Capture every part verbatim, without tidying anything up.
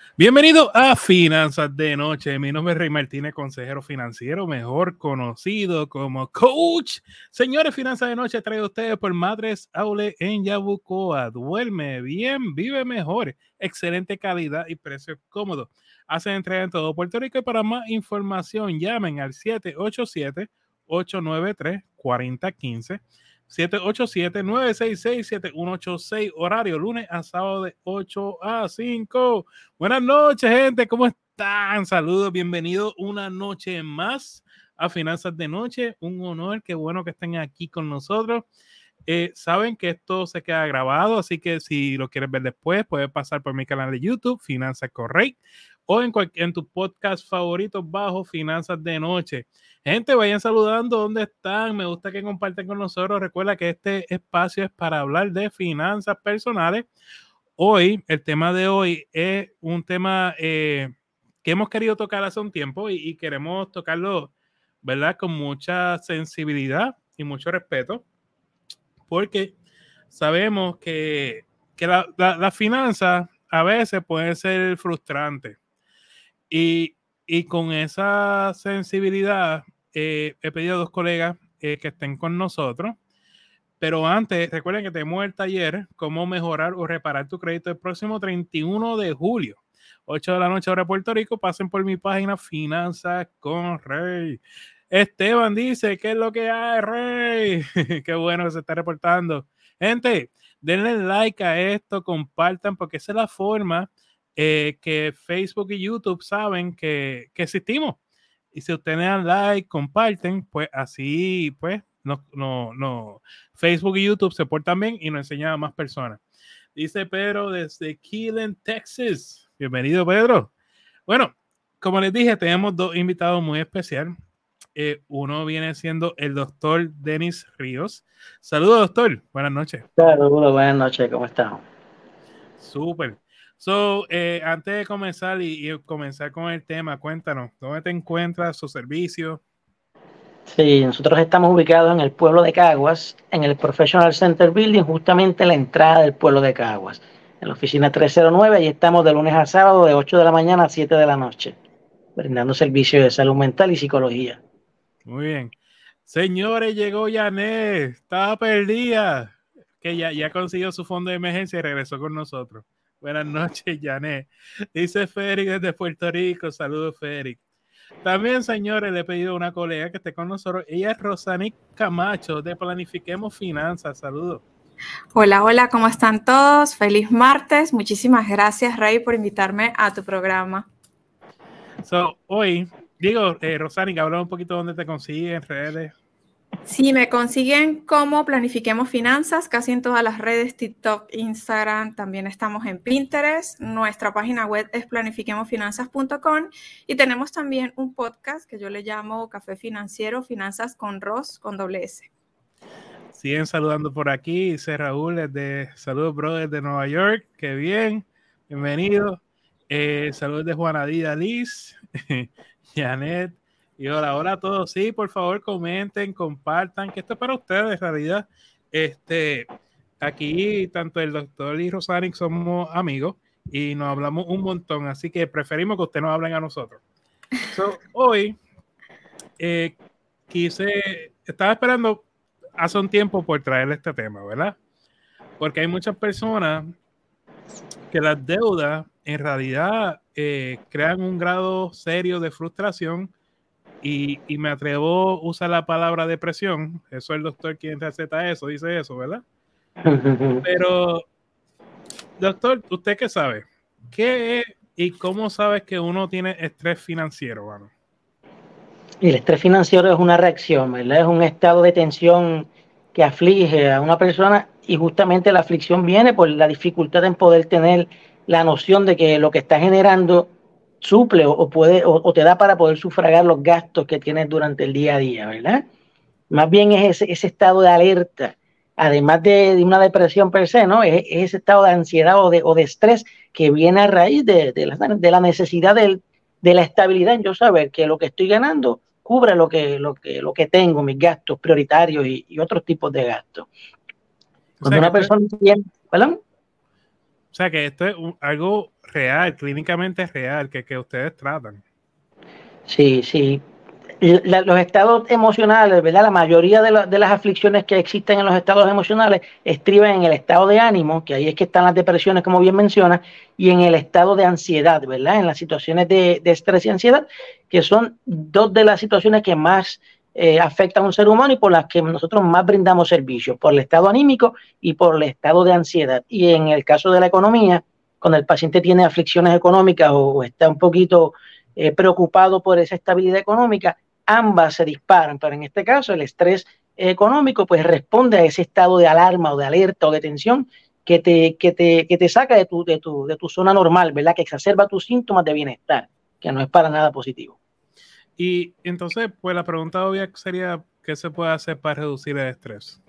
Bienvenido a Finanzas de Noche. Mi nombre es Rey Martínez, consejero financiero, mejor conocido como Coach. Señores, Finanzas de Noche trae a ustedes por Madres Aule en Yabucoa. Duerme bien, vive mejor, excelente calidad y precios cómodos. Hacen entrega en todo Puerto Rico y para más información llamen al siete ocho siete, ocho nueve tres, cuatro cero uno cinco. siete ocho siete, nueve seis seis, siete uno ocho seis, horario lunes a sábado de ocho a cinco. Buenas noches, gente, ¿cómo están? Saludos, bienvenidos una noche más a Finanzas de Noche. Un honor, qué bueno que estén aquí con nosotros. Eh, saben que esto se queda grabado, así que si lo quieres ver después, puedes pasar por mi canal de YouTube, Finanzas Correct, o en, cualquier, en tu podcast favorito bajo Finanzas de Noche. Gente, vayan saludando dónde están. Me gusta que compartan con nosotros. Recuerda que este espacio es para hablar de finanzas personales. Hoy, el tema de hoy es un tema eh, que hemos querido tocar hace un tiempo y, y queremos tocarlo, ¿verdad? Con mucha sensibilidad y mucho respeto, porque sabemos que, que la, la, la finanza a veces puede ser frustrante. Y, y con esa sensibilidad eh, he pedido a dos colegas eh, que estén con nosotros. Pero antes, recuerden que tenemos el taller Cómo mejorar o reparar tu crédito el próximo treinta y uno de julio, ocho de la noche hora de Puerto Rico. Pasen por mi página Finanzas con Rey. Esteban dice, ¿qué es lo que hay, Rey? Qué bueno que se está reportando. Gente, denle like a esto, compartan, porque esa es la forma eh, que Facebook y YouTube saben que, que existimos. Y si ustedes dan like, comparten, pues así, pues, no, no, no. Facebook y YouTube se portan bien y nos enseñan a más personas. Dice Pedro desde Keelan, Texas. Bienvenido, Pedro. Bueno, como les dije, tenemos dos invitados muy especiales. Eh, uno viene siendo el doctor Denis Ríos. Saludos, doctor. Buenas noches. Saludos, buenas noches. ¿Cómo estamos? Súper. So, eh, antes de comenzar y, y comenzar con el tema, cuéntanos, ¿dónde te encuentras, su servicio? Sí, nosotros estamos ubicados en el pueblo de Caguas, en el Professional Center Building, justamente en la entrada del pueblo de Caguas, en la oficina trescientos nueve. Ahí estamos de lunes a sábado, de ocho de la mañana a siete de la noche, brindando servicios de salud mental y psicología. Muy bien. Señores, llegó Janet, estaba perdida, que ya, ya consiguió su fondo de emergencia y regresó con nosotros. Buenas noches, Janet. Dice Félix desde Puerto Rico. Saludos, Félix. También, señores, le he pedido a una colega que esté con nosotros. Ella es Rosanic Camacho de Planifiquemos Finanzas. Saludos. Hola, hola, ¿cómo están todos? Feliz martes. Muchísimas gracias, Rey, por invitarme a tu programa. So, hoy, digo, eh, Rosanic, habla un poquito de dónde te consiguen en redes. Sí, me consiguen como Planifiquemos Finanzas, casi en todas las redes, TikTok, Instagram, también estamos en Pinterest. Nuestra página web es planifiquemos finanzas punto com y tenemos también un podcast que yo le llamo Café Financiero, Finanzas con Ros, con doble S. Siguen saludando por aquí, dice Raúl, desde, saludos, bro, desde Nueva York, qué bien, bienvenido. Eh, saludos de Juana Dida Liz, Janet, y hola, hola a todos. Sí, por favor, comenten, compartan, que esto es para ustedes, en realidad. Este, aquí, tanto el doctor y Rosanic somos amigos y nos hablamos un montón, así que preferimos que ustedes nos hablen a nosotros. So, hoy, eh, quise, estaba esperando hace un tiempo por traerle este tema, ¿verdad? Porque hay muchas personas que las deudas en realidad eh, crean un grado serio de frustración y, y me atrevo a usar la palabra depresión. Eso es el doctor quien receta eso, dice eso, ¿verdad? Pero, doctor, ¿usted qué sabe? ¿Qué es y cómo sabes que uno tiene estrés financiero, mano? Y el estrés financiero es una reacción, ¿verdad? Es un estado de tensión que aflige a una persona y justamente la aflicción viene por la dificultad en poder tener la noción de que lo que está generando suple o, puede, o, o te da para poder sufragar los gastos que tienes durante el día a día, ¿verdad? Más bien es ese, ese estado de alerta, además de, de una depresión per se, ¿no? Es, es ese estado de ansiedad o de, o de estrés que viene a raíz de, de, la, de la necesidad del, de la estabilidad en yo saber que lo que estoy ganando cubre lo que, lo que, lo que tengo, mis gastos prioritarios y, y otros tipos de gastos. Cuando O sea, una persona que tiene, ¿perdón? sea que esto es un, algo real, clínicamente real, que, que ustedes tratan. Sí, sí. La, los estados emocionales, ¿verdad? La mayoría de, la, de las aflicciones que existen en los estados emocionales estriban en el estado de ánimo, que ahí es que están las depresiones, como bien menciona, y en el estado de ansiedad, ¿verdad? En las situaciones de, de estrés y ansiedad, que son dos de las situaciones que más eh, afectan a un ser humano y por las que nosotros más brindamos servicios, por el estado anímico y por el estado de ansiedad. Y en el caso de la economía, cuando el paciente tiene aflicciones económicas o, o está un poquito eh, preocupado por esa estabilidad económica, ambas se disparan, pero en este caso el estrés económico pues responde a ese estado de alarma o de alerta o de tensión que te, que te, que te saca de tu, de, tu, de tu zona normal, ¿verdad? Que exacerba tus síntomas de bienestar, que no es para nada positivo. Y entonces, pues la pregunta obvia sería, ¿qué se puede hacer para reducir el estrés?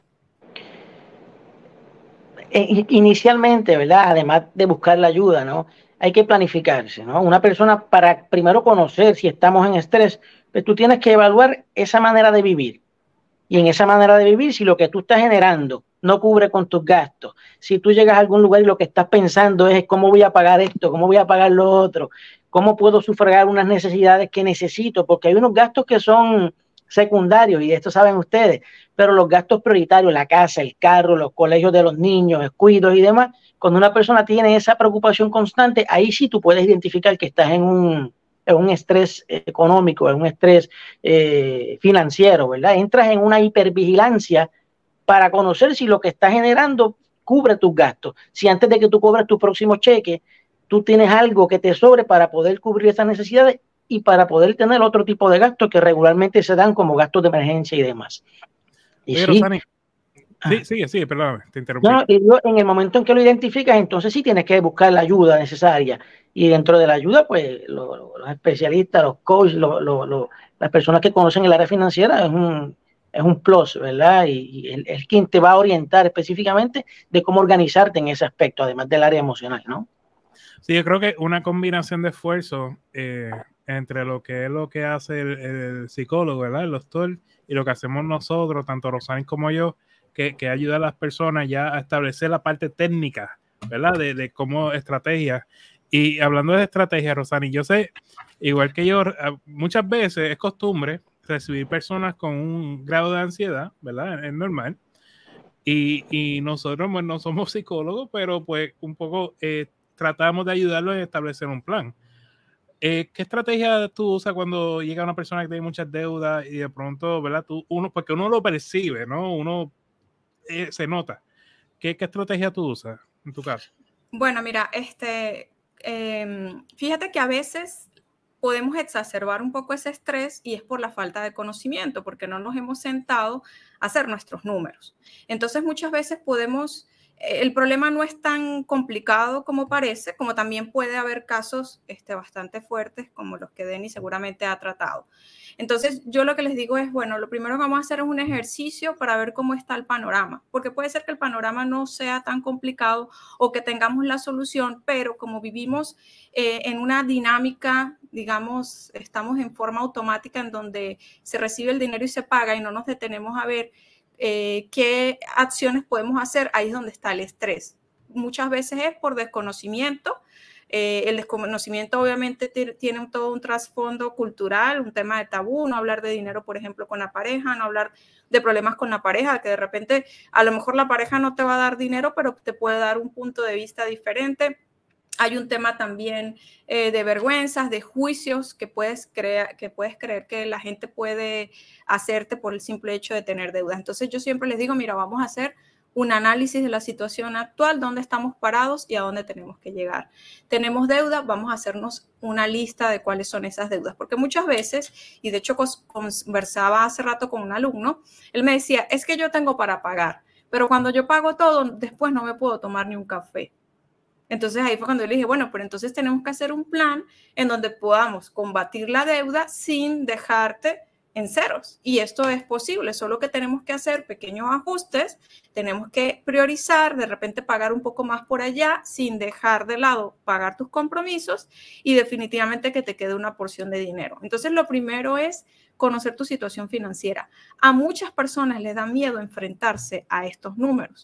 Eh, inicialmente, ¿verdad? Además de buscar la ayuda, ¿no? Hay que planificarse, ¿no? Una persona para primero conocer si estamos en estrés, pues tú tienes que evaluar esa manera de vivir. Y en esa manera de vivir, si lo que tú estás generando no cubre con tus gastos, si tú llegas a algún lugar y lo que estás pensando es cómo voy a pagar esto, cómo voy a pagar lo otro, cómo puedo sufragar unas necesidades que necesito, porque hay unos gastos que son secundarios y esto saben ustedes, pero los gastos prioritarios, la casa, el carro, los colegios de los niños, descuidos y demás, cuando una persona tiene esa preocupación constante, ahí sí tú puedes identificar que estás en un, en un estrés económico, en un estrés eh, financiero, ¿verdad? Entras en una hipervigilancia para conocer si lo que estás generando cubre tus gastos. Si antes de que tú cobres tu próximo cheque, tú tienes algo que te sobre para poder cubrir esas necesidades y para poder tener otro tipo de gastos que regularmente se dan como gastos de emergencia y demás. Y Oye, sí, Rosani, sí, sigue, sigue, perdóname, te interrumpí. no, y yo, en el momento en que lo identificas, entonces sí tienes que buscar la ayuda necesaria. Y dentro de la ayuda, pues lo, lo, los especialistas, los coaches, lo, lo, las personas que conocen el área financiera es un, es un plus, ¿verdad? Y, y es quien te va a orientar específicamente de cómo organizarte en ese aspecto, además del área emocional, ¿no? Sí, yo creo que una combinación de esfuerzo eh, entre lo que es lo que hace el, el psicólogo, ¿verdad? El doctor, y lo que hacemos nosotros, tanto Rosani como yo, que, que ayuda a las personas ya a establecer la parte técnica, ¿verdad? De, de cómo estrategia. Y hablando de estrategia, Rosani, yo sé, igual que yo, muchas veces es costumbre recibir personas con un grado de ansiedad, ¿verdad? Es normal. Y, y nosotros pues, no somos psicólogos, pero pues un poco eh, tratamos de ayudarlos a establecer un plan. Eh, ¿Qué estrategia tú usas cuando llega una persona que tiene muchas deudas y de pronto, ¿verdad? Tú, uno, porque uno lo percibe, ¿no? Uno eh, se nota. ¿Qué, ¿Qué estrategia tú usas en tu caso? Bueno, mira, este, eh, fíjate que a veces podemos exacerbar un poco ese estrés y es por la falta de conocimiento, porque no nos hemos sentado a hacer nuestros números. Entonces, muchas veces podemos, eh, el problema no es tan complicado como parece, como también puede haber casos este, bastante fuertes como los que Denny seguramente ha tratado. Entonces, yo lo que les digo es, bueno, lo primero que vamos a hacer es un ejercicio para ver cómo está el panorama, porque puede ser que el panorama no sea tan complicado o que tengamos la solución, pero como vivimos eh, en una dinámica, digamos, estamos en forma automática en donde se recibe el dinero y se paga y no nos detenemos a ver eh, qué acciones podemos hacer, ahí es donde está el estrés. Muchas veces es por desconocimiento. Eh, el desconocimiento obviamente tiene todo un trasfondo cultural, un tema de tabú, no hablar de dinero, por ejemplo, con la pareja, no hablar de problemas con la pareja, que de repente a lo mejor la pareja no te va a dar dinero, pero te puede dar un punto de vista diferente. Hay un tema también eh, de vergüenzas, de juicios que puedes, creer, que puedes creer que la gente puede hacerte por el simple hecho de tener deudas. Entonces yo siempre les digo, mira, vamos a hacer un análisis de la situación actual, dónde estamos parados y a dónde tenemos que llegar. Tenemos deuda, vamos a hacernos una lista de cuáles son esas deudas, porque muchas veces, y de hecho conversaba hace rato con un alumno, él me decía, es que yo tengo para pagar, pero cuando yo pago todo, después no me puedo tomar ni un café. Entonces ahí fue cuando yo le dije, bueno, pero entonces tenemos que hacer un plan en donde podamos combatir la deuda sin dejarte en ceros. Y esto es posible, solo que tenemos que hacer pequeños ajustes, tenemos que priorizar, de repente pagar un poco más por allá sin dejar de lado pagar tus compromisos y definitivamente que te quede una porción de dinero. Entonces lo primero es conocer tu situación financiera. A muchas personas les da miedo enfrentarse a estos números.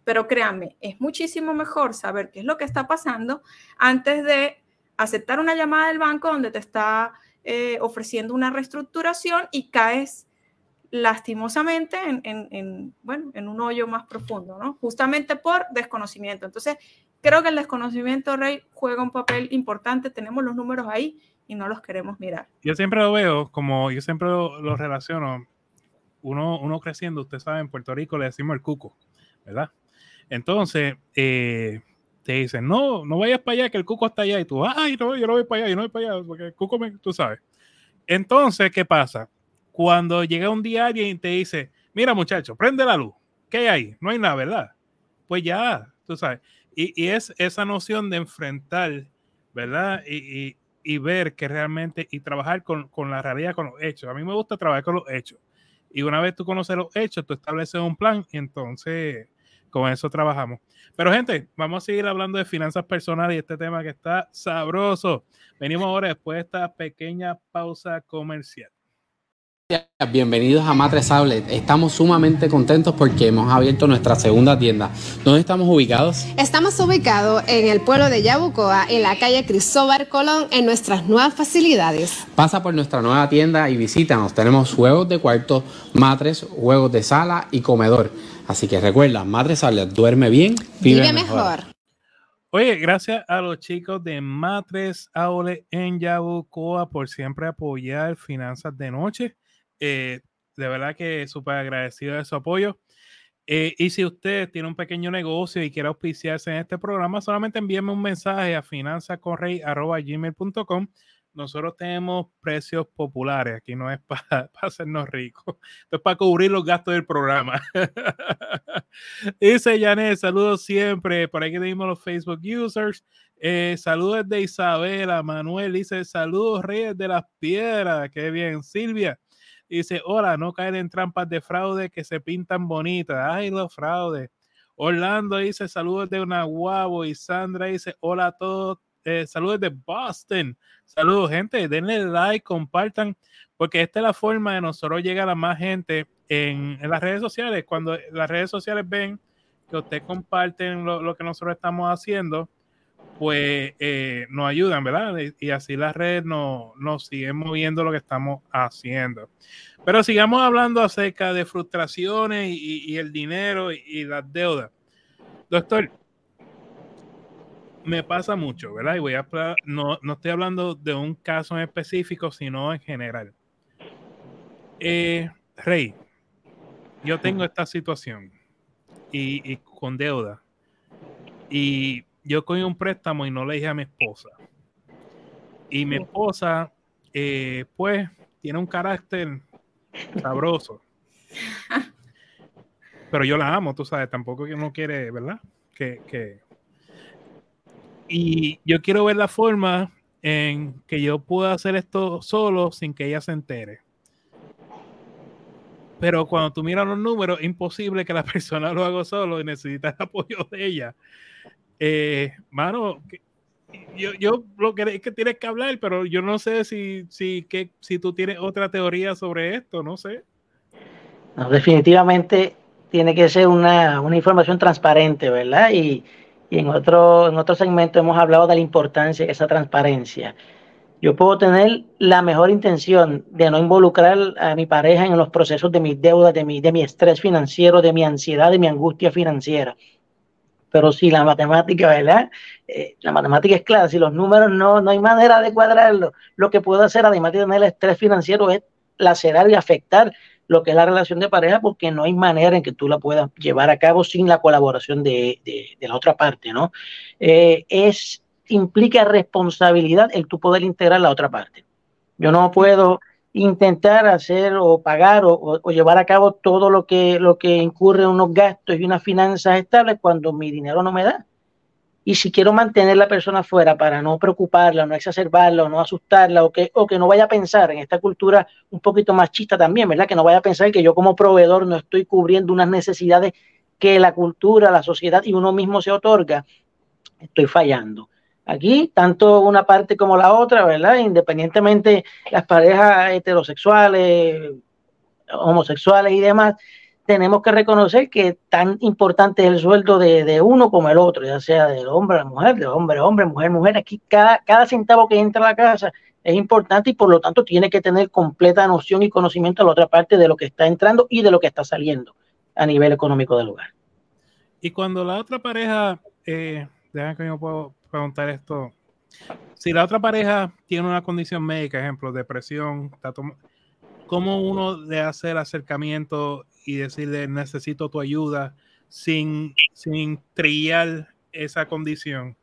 Pero créanme, es muchísimo mejor saber qué es lo que está pasando antes de aceptar una llamada del banco donde te está eh, ofreciendo una reestructuración y caes lastimosamente en, en, en, bueno, en un hoyo más profundo, ¿no? Justamente por desconocimiento. Entonces, creo que el desconocimiento, Rey, juega un papel importante. Tenemos los números ahí y no los queremos mirar. Yo siempre lo veo como, yo siempre lo, lo relaciono, uno, uno creciendo, usted sabe, en Puerto Rico le decimos el cuco, ¿verdad? Entonces, eh, te dicen, no, no vayas para allá, que el cuco está allá. Y tú, ay, no, yo no voy para allá, yo no voy para allá, porque el cuco, me, tú sabes. Entonces, ¿qué pasa? Cuando llega un día alguien y te dice, mira muchacho, prende la luz, ¿qué hay ahí? No hay nada, ¿verdad? Pues ya, tú sabes. Y, y es esa noción de enfrentar, ¿verdad? Y, y, y ver que realmente, y trabajar con, con la realidad, con los hechos. A mí me gusta trabajar con los hechos. Y una vez tú conoces los hechos, tú estableces un plan y entonces con eso trabajamos. Pero gente, vamos a seguir hablando de finanzas personales y este tema que está sabroso. Venimos ahora después de esta pequeña pausa comercial. Bienvenidos a Matres Outlet. Estamos sumamente contentos porque hemos abierto nuestra segunda tienda. ¿Dónde estamos ubicados? Estamos ubicados en el pueblo de Yabucoa, en la calle Cristóbal Colón, en nuestras nuevas facilidades. Pasa por nuestra nueva tienda y visítanos. Tenemos juegos de cuarto, matres, juegos de sala y comedor. Así que recuerda, Matres Outlet, duerme bien, vive, vive mejor. mejor. Oye, gracias a los chicos de Matres Outlet en Yabucoa por siempre apoyar Finanzas de Noche. Eh, de verdad que súper agradecido de su apoyo. Eh, y si usted tiene un pequeño negocio y quiere auspiciarse en este programa, solamente envíeme un mensaje a finanzacorrey arroba gmail punto com. Nosotros tenemos precios populares. Aquí no es para pa hacernos ricos. Esto es para cubrir los gastos del programa. Dice Janet, saludos siempre. Por ahí que tenemos los Facebook users. Eh, saludos de Isabela. Manuel dice, saludos Reyes de las Piedras. Qué bien. Silvia dice, hola, no caer en trampas de fraude que se pintan bonitas. Ay, los fraudes. Orlando dice, saludos de Nahuabo. Y Sandra dice, hola a todos. Eh, saludos de Boston. Saludos, gente. Denle like, compartan, porque esta es la forma de nosotros llegar a más gente en, en las redes sociales. Cuando las redes sociales ven que ustedes comparten lo, lo que nosotros estamos haciendo, pues eh, nos ayudan, ¿verdad? Y, y así las redes nos, nos siguen moviendo lo que estamos haciendo. Pero sigamos hablando acerca de frustraciones y, y el dinero y, y las deudas. Doctor, me pasa mucho, ¿verdad? Y voy a no, no estoy hablando de un caso en específico, sino en general. Eh, Rey, yo tengo esta situación y, y con deuda. Y yo cogí un préstamo y no le dije a mi esposa. Y mi esposa, eh, pues, tiene un carácter sabroso. Pero yo la amo, tú sabes, tampoco que uno quiere, ¿verdad? Que, que... Y yo quiero ver la forma en que yo pueda hacer esto solo sin que ella se entere. Pero cuando tú miras los números, es imposible que la persona lo haga solo y necesita el apoyo de ella. Eh, mano, yo, yo lo que es que tienes que hablar, pero yo no sé si, si, que, si tú tienes otra teoría sobre esto, no sé. No, definitivamente tiene que ser una, una información transparente, ¿verdad? Y, y en otro, en otro segmento hemos hablado de la importancia de esa transparencia. Yo puedo tener la mejor intención de no involucrar a mi pareja en los procesos de mis deudas, de mi, de mi estrés financiero, de mi ansiedad, de mi angustia financiera. Pero si la matemática, ¿verdad? Eh, la matemática es clara, si los números no, no hay manera de cuadrarlo, lo que puedo hacer, además de tener el estrés financiero, es lacerar y afectar lo que es la relación de pareja, porque no hay manera en que tú la puedas llevar a cabo sin la colaboración de, de, de la otra parte, ¿no? Eh, es, implica responsabilidad el tú poder integrar la otra parte. Yo no puedo intentar hacer o pagar o, o, o llevar a cabo todo lo que, lo que incurre en unos gastos y unas finanzas estables cuando mi dinero no me da. Y si quiero mantener a la persona fuera para no preocuparla, no exacerbarla o no asustarla o que, o que no vaya a pensar en esta cultura un poquito machista también, ¿verdad? Que no vaya a pensar que yo como proveedor no estoy cubriendo unas necesidades que la cultura, la sociedad y uno mismo se otorga, estoy fallando. Aquí, tanto una parte como la otra, ¿verdad? Independientemente las parejas heterosexuales, homosexuales y demás, tenemos que reconocer que tan importante es el sueldo de, de uno como el otro, ya sea del hombre a la mujer, del hombre a hombre, mujer, mujer. Aquí cada, cada centavo que entra a la casa es importante y por lo tanto tiene que tener completa noción y conocimiento a la otra parte de lo que está entrando y de lo que está saliendo a nivel económico del hogar. Y cuando la otra pareja, eh, déjame que yo puedo preguntar esto, si la otra pareja tiene una condición médica, ejemplo, depresión, ¿cómo uno le hace el acercamiento y decirle necesito tu ayuda sin, sin trillar esa condición?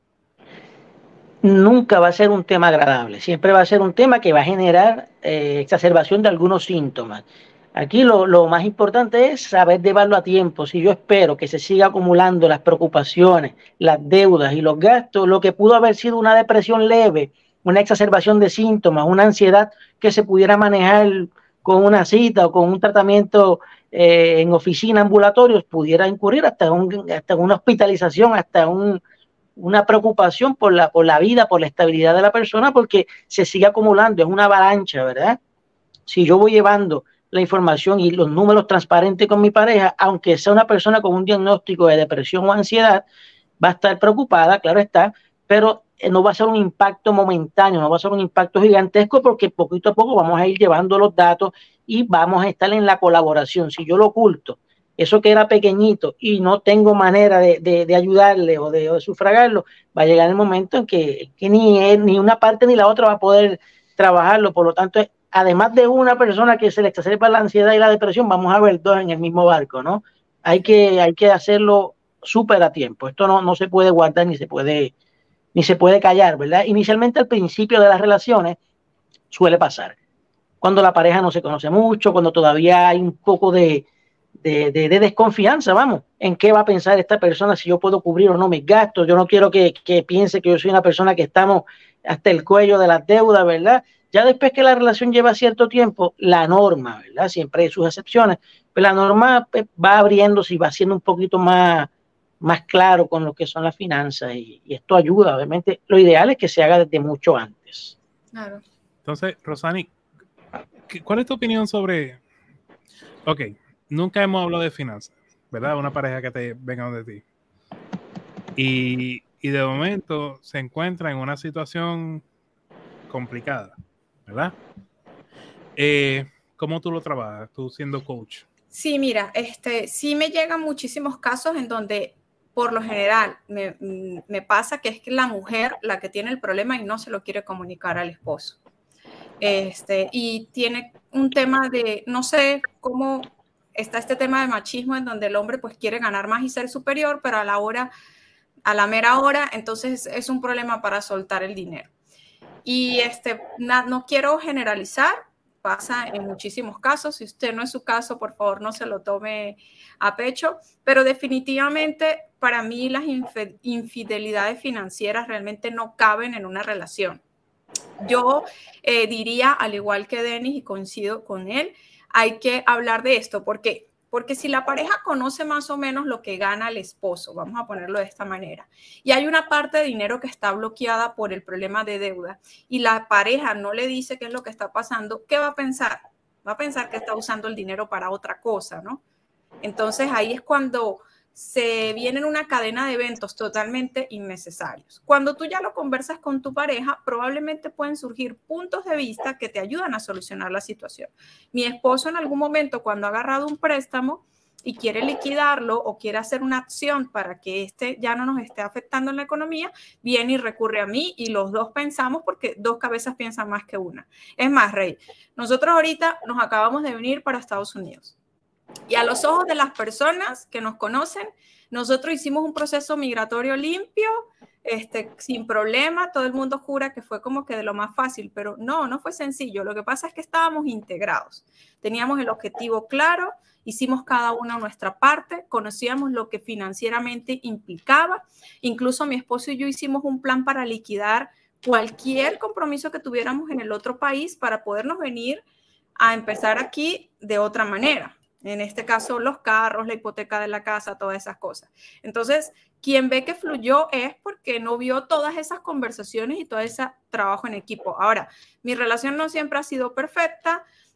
Nunca va a ser un tema agradable, siempre va a ser un tema que va a generar eh, exacerbación de algunos síntomas. Aquí lo, lo más importante es saber llevarlo a tiempo. Si yo espero que se siga acumulando las preocupaciones, las deudas y los gastos, lo que pudo haber sido una depresión leve, una exacerbación de síntomas, una ansiedad que se pudiera manejar con una cita o con un tratamiento eh, en oficina, ambulatorios, pudiera incurrir hasta, un, hasta una hospitalización, hasta un una preocupación por la, por la vida, por la estabilidad de la persona, porque se sigue acumulando, es una avalancha, ¿verdad? Si yo voy llevando la información y los números transparentes con mi pareja, aunque sea una persona con un diagnóstico de depresión o ansiedad, va a estar preocupada, claro está, pero no va a ser un impacto momentáneo, no va a ser un impacto gigantesco porque poquito a poco vamos a ir llevando los datos y vamos a estar en la colaboración. Si yo lo oculto, eso que era pequeñito y no tengo manera de, de, de ayudarle o de, o de sufragarlo, va a llegar el momento en que, que ni, él, ni una parte ni la otra va a poder trabajarlo. Por lo tanto, además de una persona que se le exacerba la ansiedad y la depresión, vamos a ver dos en el mismo barco, ¿no? Hay que, hay que hacerlo súper a tiempo. Esto no, no se puede guardar ni se puede, ni se puede callar, ¿verdad? Inicialmente al principio de las relaciones suele pasar. Cuando la pareja no se conoce mucho, cuando todavía hay un poco de De, de, de desconfianza, vamos, en qué va a pensar esta persona, si yo puedo cubrir o no mis gastos. Yo no quiero que, que piense que yo soy una persona que estamos hasta el cuello de las deudas, ¿verdad? Ya después que la relación lleva cierto tiempo, la norma, ¿verdad? Siempre hay sus excepciones, pero la norma pues, va abriéndose y va siendo un poquito más, más claro con lo que son las finanzas y, y esto ayuda, obviamente. Lo ideal es que se haga desde mucho antes. Claro. Entonces, Rosani, ¿cuál es tu opinión sobre... Ok, nunca hemos hablado de finanzas, ¿verdad? Una pareja que te venga de ti. Y, y de momento se encuentra en una situación complicada, ¿verdad? Eh, ¿Cómo tú lo trabajas, tú siendo coach? Sí, mira, este, sí me llegan muchísimos casos en donde, por lo general, me, me pasa que es que la mujer la que tiene el problema y no se lo quiere comunicar al esposo. Este, y tiene un tema de, no sé cómo... Está este tema de machismo en donde el hombre pues quiere ganar más y ser superior, pero a la hora, a la mera hora, entonces es un problema para soltar el dinero. Y este, no, no quiero generalizar, pasa en muchísimos casos. Si usted no es su caso, por favor no se lo tome a pecho, pero definitivamente para mí las infidelidades financieras realmente no caben en una relación. Yo eh, diría, al igual que Denis, y coincido con él, hay que hablar de esto, porque, porque si la pareja conoce más o menos lo que gana el esposo, vamos a ponerlo de esta manera, y hay una parte de dinero que está bloqueada por el problema de deuda, y la pareja no le dice qué es lo que está pasando, ¿qué va a pensar? Va a pensar que está usando el dinero para otra cosa, ¿no? Entonces ahí es cuando se viene en una cadena de eventos totalmente innecesarios. Cuando tú ya lo conversas con tu pareja, probablemente pueden surgir puntos de vista que te ayudan a solucionar la situación. Mi esposo en algún momento, cuando ha agarrado un préstamo y quiere liquidarlo o quiere hacer una acción para que este ya no nos esté afectando en la economía, viene y recurre a mí y los dos pensamos, porque dos cabezas piensan más que una. Es más, Rey, nosotros ahorita nos acabamos de venir para Estados Unidos. Y a los ojos de las personas que nos conocen, nosotros hicimos un proceso migratorio limpio, este, sin problema. Todo el mundo jura que fue como que de lo más fácil, pero no, no fue sencillo. Lo que pasa es que estábamos integrados. Teníamos el objetivo claro, hicimos cada uno nuestra parte, conocíamos lo que financieramente implicaba. Incluso mi esposo y yo hicimos un plan para liquidar cualquier compromiso que tuviéramos en el otro país para podernos venir a empezar aquí de otra manera. En este caso, los carros, la hipoteca de la casa, todas esas cosas. Entonces, quien ve que fluyó es porque no vio todas esas conversaciones y todo ese trabajo en equipo. Ahora, mi relación no siempre ha sido perfecta.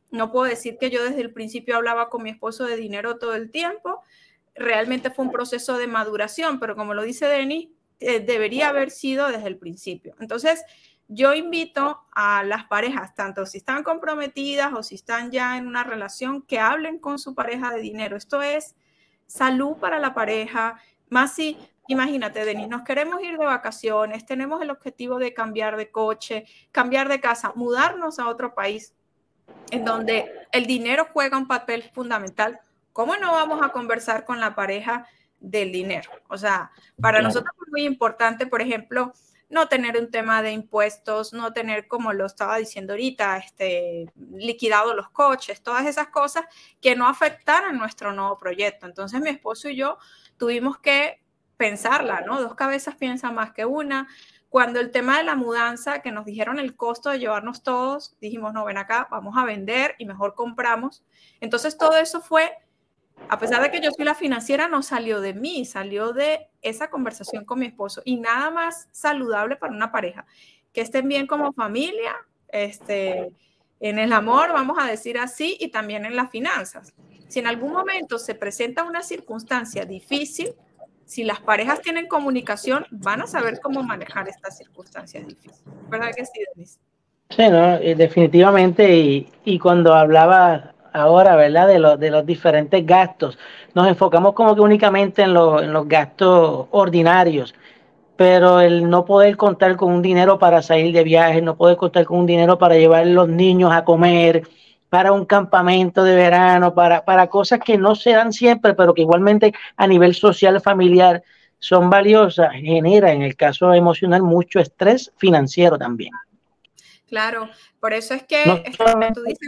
No puedo decir que yo desde el principio hablaba con mi esposo de dinero todo el tiempo. Realmente fue un proceso de maduración, pero como lo dice Denis, eh, debería haber sido desde el principio. Entonces, yo invito a las parejas, tanto si están comprometidas o si están ya en una relación, que hablen con su pareja de dinero. Esto es salud para la pareja. Más si, imagínate, Denis, nos queremos ir de vacaciones, tenemos el objetivo de cambiar de coche, cambiar de casa, mudarnos a otro país en donde el dinero juega un papel fundamental. ¿Cómo no vamos a conversar con la pareja del dinero? O sea, para claro. nosotros es muy importante, por ejemplo, no tener un tema de impuestos, no tener, como lo estaba diciendo ahorita, este, liquidado los coches, todas esas cosas que no afectaran nuestro nuevo proyecto. Entonces mi esposo y yo tuvimos que pensarla, ¿no? Dos cabezas piensan más que una. Cuando el tema de la mudanza, que nos dijeron el costo de llevarnos todos, dijimos, no, ven acá, vamos a vender y mejor compramos. Entonces todo eso fue, a pesar de que yo soy la financiera, no salió de mí, salió de esa conversación con mi esposo. Y nada más saludable para una pareja, que estén bien como familia, este, en el amor, vamos a decir así, y también en las finanzas. Si en algún momento se presenta una circunstancia difícil, si las parejas tienen comunicación, van a saber cómo manejar estas circunstancias difíciles. ¿Verdad que sí, Denis? Sí, no, definitivamente. Y, y cuando hablaba ahora, ¿verdad?, de, lo, de los diferentes gastos, nos enfocamos como que únicamente en, lo, en los gastos ordinarios, pero el no poder contar con un dinero para salir de viaje, no poder contar con un dinero para llevar a los niños a comer, para un campamento de verano, para, para cosas que no se dan siempre, pero que igualmente a nivel social, familiar, son valiosas, genera en el caso emocional mucho estrés financiero también. Claro, por eso es que no, este, tú dices...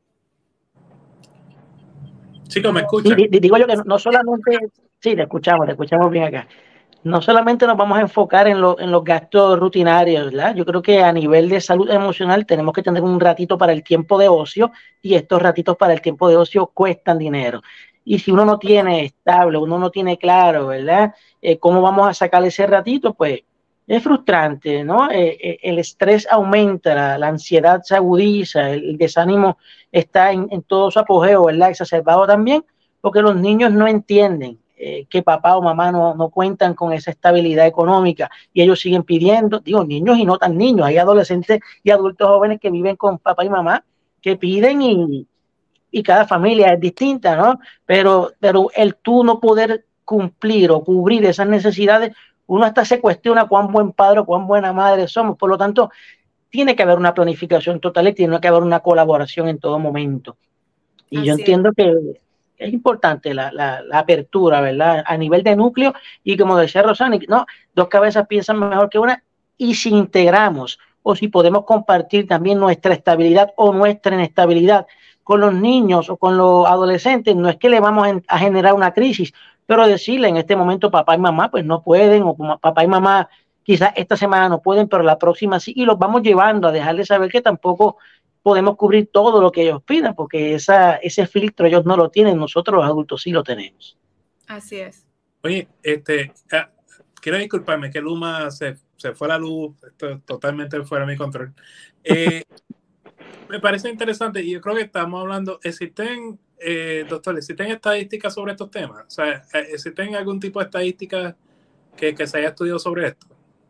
Chicos, ¿me escuchan? Sí, digo yo que no, no solamente... Sí, te escuchamos, te escuchamos bien acá. No solamente nos vamos a enfocar en, lo, en los gastos rutinarios, ¿verdad? Yo creo que a nivel de salud emocional tenemos que tener un ratito para el tiempo de ocio, y estos ratitos para el tiempo de ocio cuestan dinero. Y si uno no tiene estable, uno no tiene claro, ¿verdad?, eh, cómo vamos a sacar ese ratito, pues es frustrante, ¿no? Eh, eh, el estrés aumenta, la, la ansiedad se agudiza, el, el desánimo está en, en todo su apogeo, ¿verdad?, exacerbado también, porque los niños no entienden Eh, que papá o mamá no, no cuentan con esa estabilidad económica, y ellos siguen pidiendo, digo, niños y no tan niños, hay adolescentes y adultos jóvenes que viven con papá y mamá, que piden, y, y cada familia es distinta, ¿no? Pero, pero el tú no poder cumplir o cubrir esas necesidades, uno hasta se cuestiona cuán buen padre o cuán buena madre somos. Por lo tanto, tiene que haber una planificación total y tiene que haber una colaboración en todo momento. Y Así yo entiendo es. que es importante la, la, la apertura, ¿verdad?, a nivel de núcleo, y como decía Rosani, no, dos cabezas piensan mejor que una, y si integramos o si podemos compartir también nuestra estabilidad o nuestra inestabilidad con los niños o con los adolescentes, no es que le vamos a generar una crisis, pero decirle en este momento papá y mamá pues no pueden, o papá y mamá quizás esta semana no pueden, pero la próxima sí, y los vamos llevando a dejarles saber que tampoco podemos cubrir todo lo que ellos pidan, porque esa, ese filtro ellos no lo tienen, nosotros los adultos sí lo tenemos. Así es. Oye, este, eh, quiero disculparme que Luma se, se fue la luz, esto totalmente fuera de mi control. Eh, me parece interesante, y yo creo que estamos hablando, existen, eh, doctor, existen estadísticas sobre estos temas, o sea, existen algún tipo de estadísticas que, que se haya estudiado sobre esto.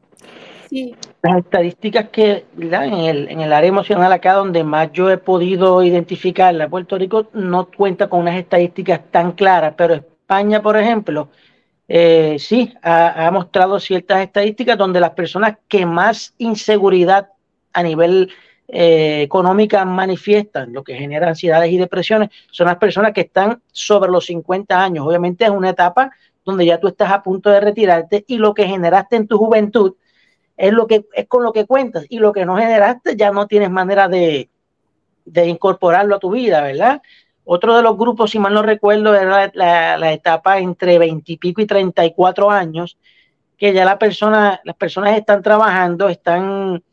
Sí. Las estadísticas que, ¿verdad?, en el, en el área emocional, acá donde más yo he podido identificarla, Puerto Rico no cuenta con unas estadísticas tan claras, pero España, por ejemplo, eh, sí, ha, ha mostrado ciertas estadísticas donde las personas que más inseguridad a nivel eh, económica manifiestan, lo que genera ansiedades y depresiones, son las personas que están sobre los cincuenta años. Obviamente es una etapa donde ya tú estás a punto de retirarte, y lo que generaste en tu juventud es lo que es con lo que cuentas, y lo que no generaste ya no tienes manera de, de incorporarlo a tu vida, ¿verdad? Otro de los grupos, si mal no recuerdo, era la, la, la etapa entre veinte y pico y treinta y cuatro años, que ya la persona, las personas están trabajando, están,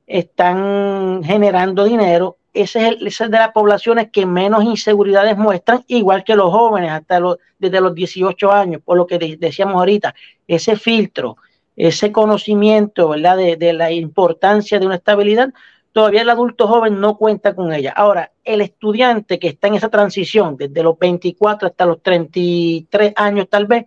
están generando dinero. Ese es, el, ese es de las poblaciones que menos inseguridades muestran, igual que los jóvenes, hasta los, desde los dieciocho años, por lo que de, decíamos ahorita, ese filtro, ese conocimiento, ¿verdad?, de, de la importancia de una estabilidad, todavía el adulto joven no cuenta con ella. Ahora, el estudiante que está en esa transición, desde los veinticuatro hasta los treinta y tres años tal vez,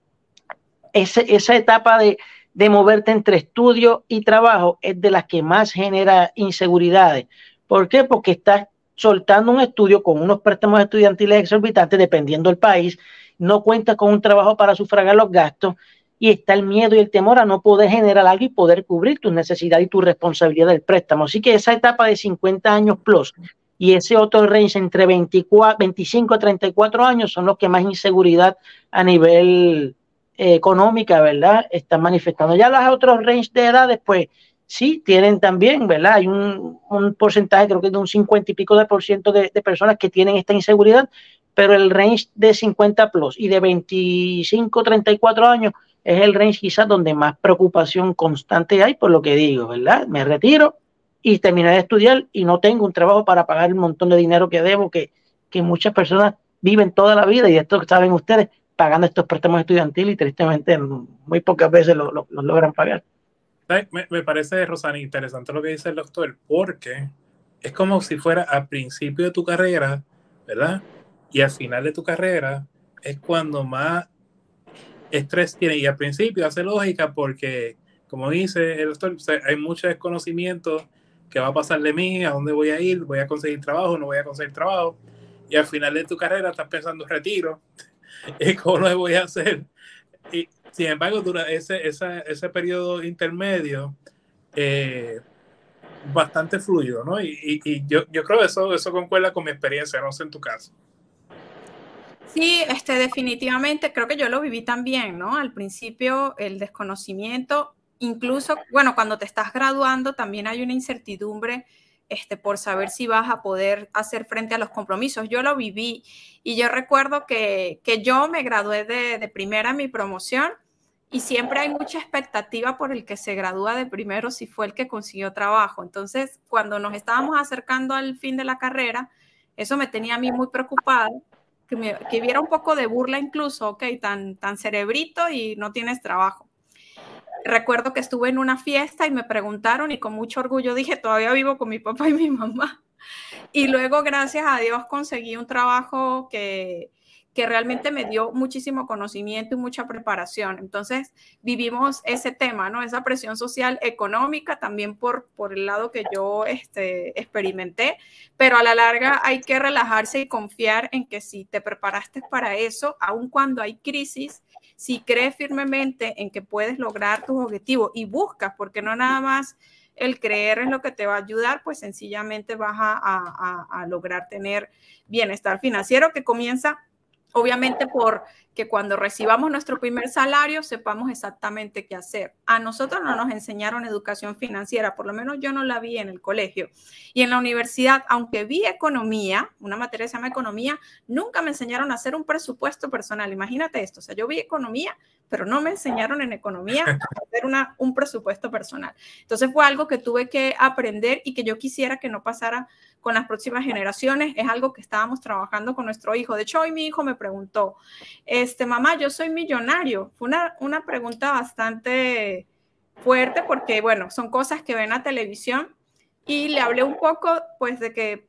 ese, esa etapa de, de moverte entre estudio y trabajo es de las que más genera inseguridades. ¿Por qué? Porque estás soltando un estudio con unos préstamos estudiantiles exorbitantes, dependiendo del país, no cuentas con un trabajo para sufragar los gastos, y está el miedo y el temor a no poder generar algo y poder cubrir tus necesidades y tu responsabilidad del préstamo. Así que esa etapa de cincuenta años plus y ese otro range entre veinticuatro, veinticinco a treinta y cuatro años son los que más inseguridad a nivel eh, económica, ¿verdad?, están manifestando. Ya los otros range de edades, pues sí, tienen también, ¿verdad? Hay un, un porcentaje, creo que de un cincuenta y pico de por ciento de, de personas que tienen esta inseguridad, pero el range de cincuenta plus y de veinticinco a treinta y cuatro años es el range quizás donde más preocupación constante hay, por lo que digo, ¿verdad? Me retiro y terminé de estudiar y no tengo un trabajo para pagar el montón de dinero que debo, que, que muchas personas viven toda la vida, y esto saben ustedes, pagando estos préstamos estudiantiles, y tristemente muy pocas veces lo, lo, lo logran pagar. Me, me parece, Rosana, interesante lo que dice el doctor, porque es como si fuera al principio de tu carrera, ¿verdad? Y al final de tu carrera es cuando más estrés tiene, y al principio hace lógica porque, como dice el doctor, hay mucho desconocimiento, qué va a pasar de mí, a dónde voy a ir, voy a conseguir trabajo, no voy a conseguir trabajo, y al final de tu carrera estás pensando en retiro, y cómo lo voy a hacer. Y sin embargo, durante ese, ese, ese periodo intermedio, eh, bastante fluido, ¿no? Y, y, y yo, yo creo que eso, eso concuerda con mi experiencia, no sé en tu caso. Sí, este, definitivamente, creo que yo lo viví también, ¿no? Al principio, el desconocimiento, incluso, bueno, cuando te estás graduando, también hay una incertidumbre este, por saber si vas a poder hacer frente a los compromisos. Yo lo viví y yo recuerdo que, que yo me gradué de, de primera en mi promoción, y siempre hay mucha expectativa por el que se gradúa de primero si fue el que consiguió trabajo. Entonces, cuando nos estábamos acercando al fin de la carrera, eso me tenía a mí muy preocupada. Que, me, que hubiera un poco de burla incluso, ok, tan, tan cerebrito y no tienes trabajo. Recuerdo que estuve en una fiesta y me preguntaron, y con mucho orgullo dije, todavía vivo con mi papá y mi mamá. Y luego, gracias a Dios, conseguí un trabajo que, que realmente me dio muchísimo conocimiento y mucha preparación. Entonces, vivimos ese tema, ¿no? Esa presión social económica también por, por el lado que yo este, experimenté, pero a la larga hay que relajarse y confiar en que si te preparaste para eso, aun cuando hay crisis, si crees firmemente en que puedes lograr tus objetivos y buscas, porque no nada más el creer es lo que te va a ayudar, pues sencillamente vas a, a, a lograr tener bienestar financiero, que comienza obviamente por que cuando recibamos nuestro primer salario sepamos exactamente qué hacer. A nosotros no nos enseñaron educación financiera, por lo menos yo no la vi en el colegio. Y en la universidad, aunque vi economía, una materia se llama economía, nunca me enseñaron a hacer un presupuesto personal. Imagínate esto, o sea, yo vi economía, pero no me enseñaron en economía a hacer una, un presupuesto personal. Entonces fue algo que tuve que aprender y que yo quisiera que no pasara con las próximas generaciones. Es algo que estábamos trabajando con nuestro hijo. De hecho, hoy mi hijo me preguntó, este, mamá, yo soy millonario. Fue una, una pregunta bastante fuerte porque, bueno, son cosas que ven a televisión, y le hablé un poco, pues, de que,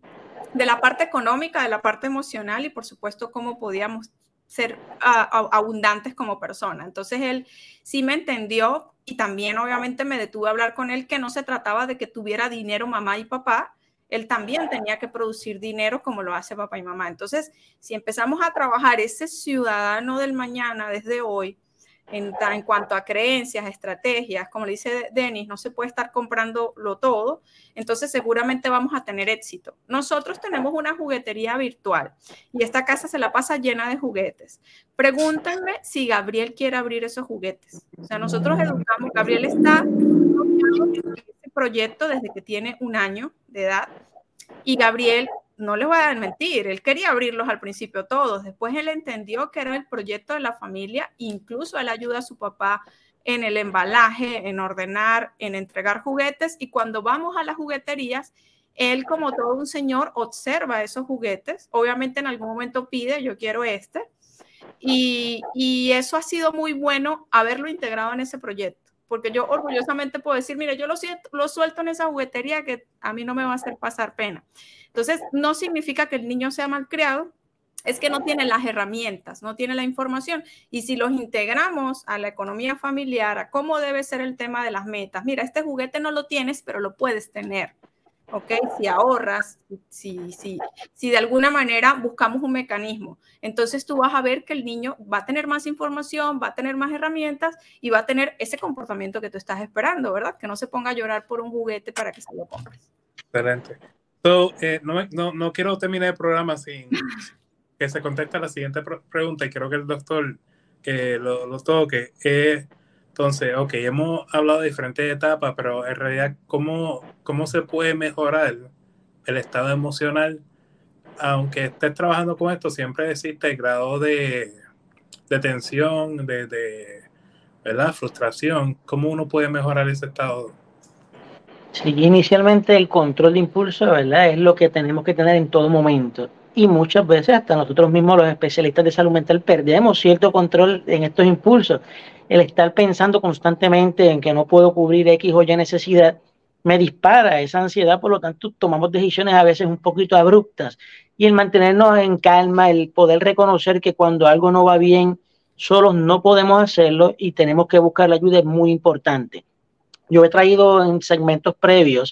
de la parte económica, de la parte emocional y, por supuesto, cómo podíamos ser uh, abundantes como persona. Entonces, él sí me entendió, y también, obviamente, me detuve a hablar con él que no se trataba de que tuviera dinero mamá y papá. Él también tenía que producir dinero como lo hace papá y mamá. Entonces, si empezamos a trabajar ese ciudadano del mañana desde hoy, en, en cuanto a creencias, estrategias, como le dice Denis, no se puede estar comprándolo todo, entonces seguramente vamos a tener éxito. Nosotros tenemos una juguetería virtual y esta casa se la pasa llena de juguetes. Pregúntenme si Gabriel quiere abrir esos juguetes. O sea, nosotros educamos, Gabriel está en este proyecto desde que tiene un año de edad, y Gabriel, no les voy a mentir, él quería abrirlos al principio todos, después él entendió que era el proyecto de la familia, incluso él ayuda a su papá en el embalaje, en ordenar, en entregar juguetes, y cuando vamos a las jugueterías, él, como todo un señor, observa esos juguetes, obviamente en algún momento pide, yo quiero este, y, y eso ha sido muy bueno haberlo integrado en ese proyecto, porque yo orgullosamente puedo decir, mire, yo lo, lo suelto en esa juguetería que a mí no me va a hacer pasar pena. Entonces, no significa que el niño sea malcriado, es que no tiene las herramientas, no tiene la información. Y si los integramos a la economía familiar, a cómo debe ser el tema de las metas, mira, este juguete no lo tienes, pero lo puedes tener. ¿Ok? Si ahorras, si, si, si de alguna manera buscamos un mecanismo, entonces tú vas a ver que el niño va a tener más información, va a tener más herramientas y va a tener ese comportamiento que tú estás esperando, ¿verdad? Que no se ponga a llorar por un juguete para que se lo compres. Excelente. So, eh, no, no, no quiero terminar el programa sin que se conteste la siguiente pregunta y creo que el doctor que lo, lo toque. Eh, Entonces, ok, hemos hablado de diferentes etapas, pero en realidad, ¿cómo, cómo se puede mejorar el estado emocional? Aunque estés trabajando con esto, siempre existe el grado de, de tensión, de, de ¿verdad? Frustración. ¿Cómo uno puede mejorar ese estado? Sí, inicialmente el control de impulso, ¿verdad? Es lo que tenemos que tener en todo momento. Y muchas veces hasta nosotros mismos, los especialistas de salud mental, perdemos cierto control en estos impulsos. El estar pensando constantemente en que no puedo cubrir X o Y necesidad me dispara esa ansiedad, por lo tanto tomamos decisiones a veces un poquito abruptas. Y el mantenernos en calma, el poder reconocer que cuando algo no va bien, solos no podemos hacerlo y tenemos que buscar la ayuda es muy importante. Yo he traído en segmentos previos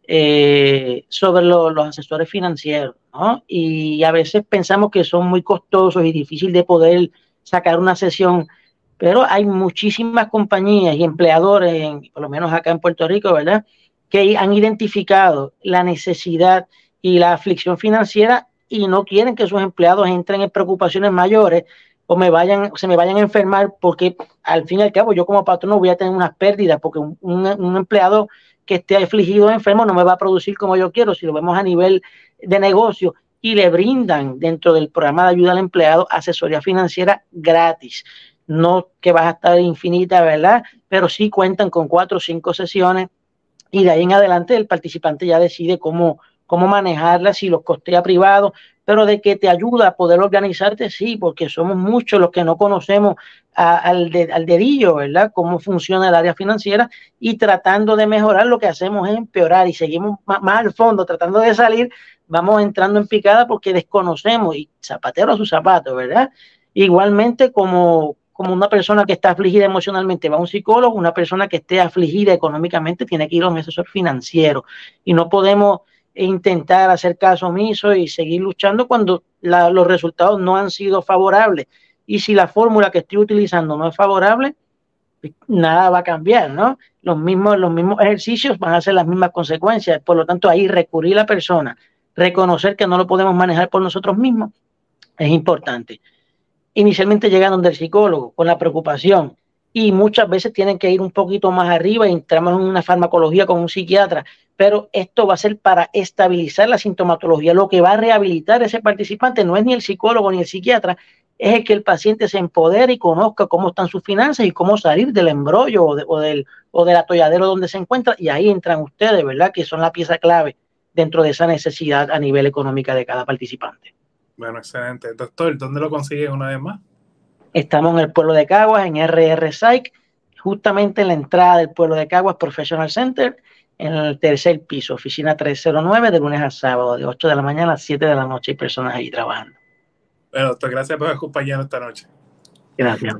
eh, sobre lo, los asesores financieros, ¿no? Y a veces pensamos que son muy costosos y difícil de poder sacar una sesión, pero hay muchísimas compañías y empleadores, en, por lo menos acá en Puerto Rico, ¿verdad?, que han identificado la necesidad y la aflicción financiera y no quieren que sus empleados entren en preocupaciones mayores o me vayan, se me vayan a enfermar, porque al fin y al cabo yo como patrón voy a tener unas pérdidas, porque un, un, un empleado que esté afligido o enfermo no me va a producir como yo quiero. Si lo vemos a nivel de negocio, y le brindan dentro del programa de ayuda al empleado asesoría financiera gratis, no que vas a estar infinita, ¿verdad? Pero sí cuentan con cuatro o cinco sesiones y de ahí en adelante el participante ya decide cómo, cómo manejarla, si los costea privado, pero de que te ayuda a poder organizarte, sí, porque somos muchos los que no conocemos a, al, de, al dedillo, ¿verdad?, cómo funciona el área financiera, y tratando de mejorar lo que hacemos es empeorar y seguimos más, más al fondo, tratando de salir, vamos entrando en picada porque desconocemos, y zapatero a su zapato, ¿verdad? Igualmente como... como una persona que está afligida emocionalmente va a un psicólogo, una persona que esté afligida económicamente tiene que ir a un asesor financiero, y no podemos intentar hacer caso omiso y seguir luchando cuando la, los resultados no han sido favorables. Y si la fórmula que estoy utilizando no es favorable, pues nada va a cambiar, ¿no? Los mismos, los mismos ejercicios van a ser las mismas consecuencias. Por lo tanto, ahí recurrir a la persona, reconocer que no lo podemos manejar por nosotros mismos, es importante. Inicialmente llegan donde el psicólogo con la preocupación, y muchas veces tienen que ir un poquito más arriba y entramos en una farmacología con un psiquiatra, pero esto va a ser para estabilizar la sintomatología. Lo que va a rehabilitar a ese participante no es ni el psicólogo ni el psiquiatra, es el que el paciente se empodere y conozca cómo están sus finanzas y cómo salir del embrollo o, de, o, del, o del atolladero donde se encuentra, y ahí entran ustedes, ¿verdad?, que son la pieza clave dentro de esa necesidad a nivel económica de cada participante. Bueno, excelente. Doctor, ¿dónde lo consigues una vez más? Estamos en el pueblo de Caguas, en R R Psych, justamente en la entrada del pueblo de Caguas Professional Center, en el tercer piso, oficina trescientos nueve, de lunes a sábado, de ocho de la mañana a siete de la noche, hay personas ahí trabajando. Bueno, doctor, gracias por acompañarnos esta noche. Gracias.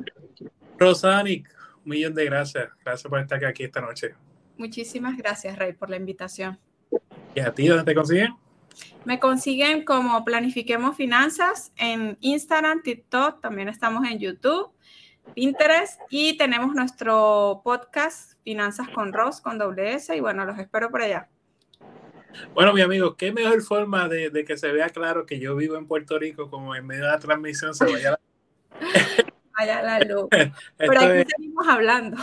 Rosanic, un millón de gracias. Gracias por estar aquí esta noche. Muchísimas gracias, Rey, por la invitación. ¿Y a ti dónde te consiguen? Me consiguen como Planifiquemos Finanzas en Instagram, TikTok, también estamos en YouTube, Pinterest, y tenemos nuestro podcast Finanzas con Ros, con doble S, y bueno, los espero por allá. Bueno, mi amigo, qué mejor forma de, de que se vea claro que yo vivo en Puerto Rico, como en medio de la transmisión se vaya la, vaya la luz. Pero aquí es... seguimos hablando.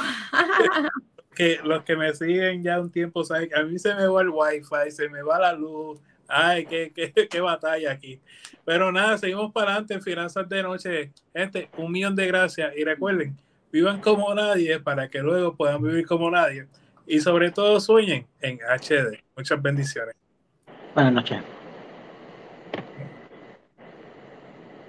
Que los que me siguen ya un tiempo saben que a mí se me va el wifi, se me va la luz. Ay, qué, qué, qué batalla aquí. Pero nada, seguimos para adelante en Finanzas de Noche. Gente, un millón de gracias. Y recuerden, vivan como nadie para que luego puedan vivir como nadie. Y sobre todo sueñen en H D. Muchas bendiciones. Buenas noches.